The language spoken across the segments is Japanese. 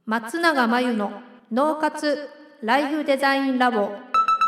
松永真由の脳活ライフデザインラボ。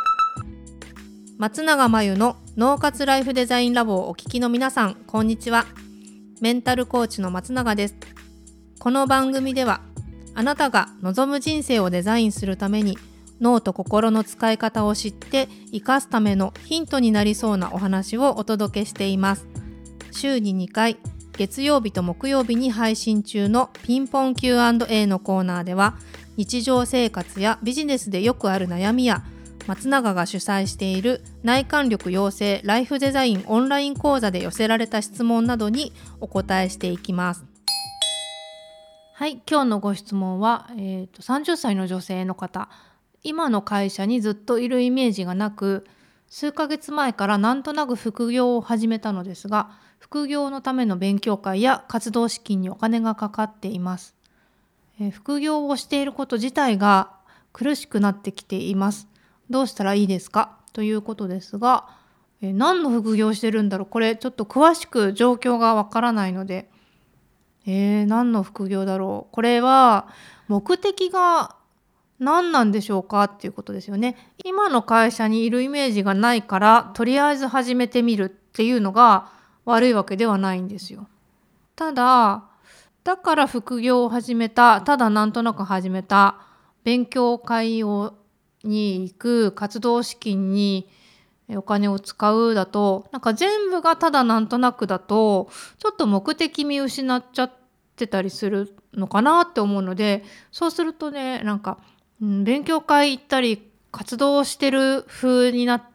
松永真由の脳活ライフデザインラボをお聞きの皆さん、こんにちは。メンタルコーチの松永です。この番組では、あなたが望む人生をデザインするために脳と心の使い方を知って生かすためのヒントになりそうなお話をお届けしています。週に2回、月曜日と木曜日に配信中のピンポン Q&A のコーナーでは、日常生活やビジネスでよくある悩みや、松永が主催している内観力養成ライフデザインオンライン講座で寄せられた質問などにお答えしていきます。はい、今日のご質問は、30歳の女性の方。今の会社にずっといるイメージがなく、数ヶ月前からなんとなく副業を始めたのですが、副業のための勉強会や活動資金にお金がかかっています。副業をしていること自体が苦しくなってきています。どうしたらいいですかということですが、何の副業をしてるんだろう。これちょっと詳しく状況がわからないので、何の副業だろう。これは目的が何なんでしょうかっていうことですよね。今の会社にいるイメージがないから、とりあえず始めてみるっていうのが悪いわけではないんですよ。ただから副業を始めた、ただなんとなく始めた、勉強会に行く、活動資金にお金を使うだと、なんか全部がただなんとなくだと、ちょっと目的見失っちゃってたりするのかなって思うので、そうするとね、なんか、勉強会行ったり活動してる風になって、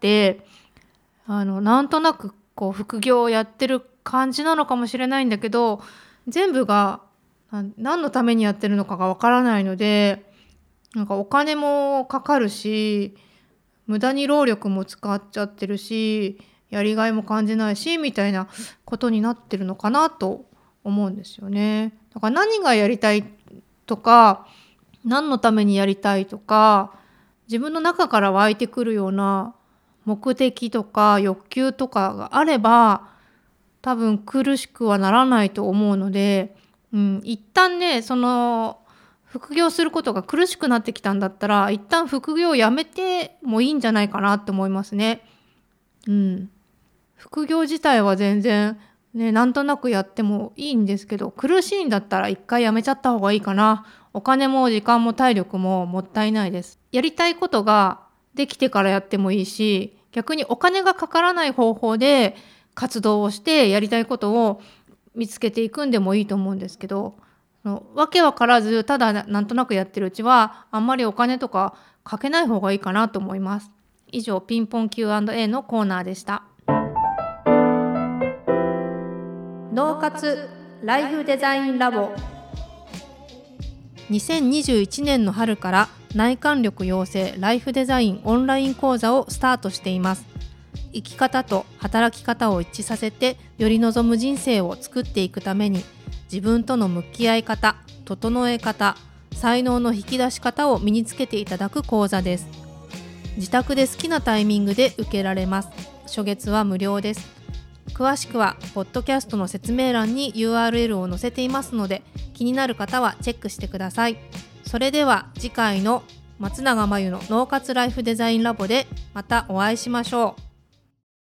なんとなくこう副業をやってる感じなのかもしれないんだけど、全部が何のためにやってるのかがわからないので、なんかお金もかかるし、無駄に労力も使っちゃってるし、やりがいも感じないしみたいなことになってるのかなと思うんですよね。だから何がやりたいとか、何のためにやりたいとか、自分の中から湧いてくるような目的とか欲求とかがあれば、多分苦しくはならないと思うので、一旦ね、その副業することが苦しくなってきたんだったら、一旦副業をやめてもいいんじゃないかなって思いますね。副業自体は全然ね、なんとなくやってもいいんですけど、苦しいんだったら一回やめちゃった方がいいかな。お金も時間も体力ももったいないです。やりたいことができてからやってもいいし、逆にお金がかからない方法で活動をしてやりたいことを見つけていくんでもいいと思うんですけど、わけわからずただなんとなくやってるうちは、あんまりお金とかかけない方がいいかなと思います。以上、ピンポン Q&A のコーナーでした。脳活ライフデザインラボ。2021年の春から内観力養成ライフデザインオンライン講座をスタートしています。生き方と働き方を一致させて、より望む人生を作っていくために、自分との向き合い方、整え方、才能の引き出し方を身につけていただく講座です。自宅で好きなタイミングで受けられます。初月は無料です。詳しくはポッドキャストの説明欄に URL を載せていますので、気になる方はチェックしてください。それでは次回の松永真由の脳活ライフデザインラボでまたお会いしましょう。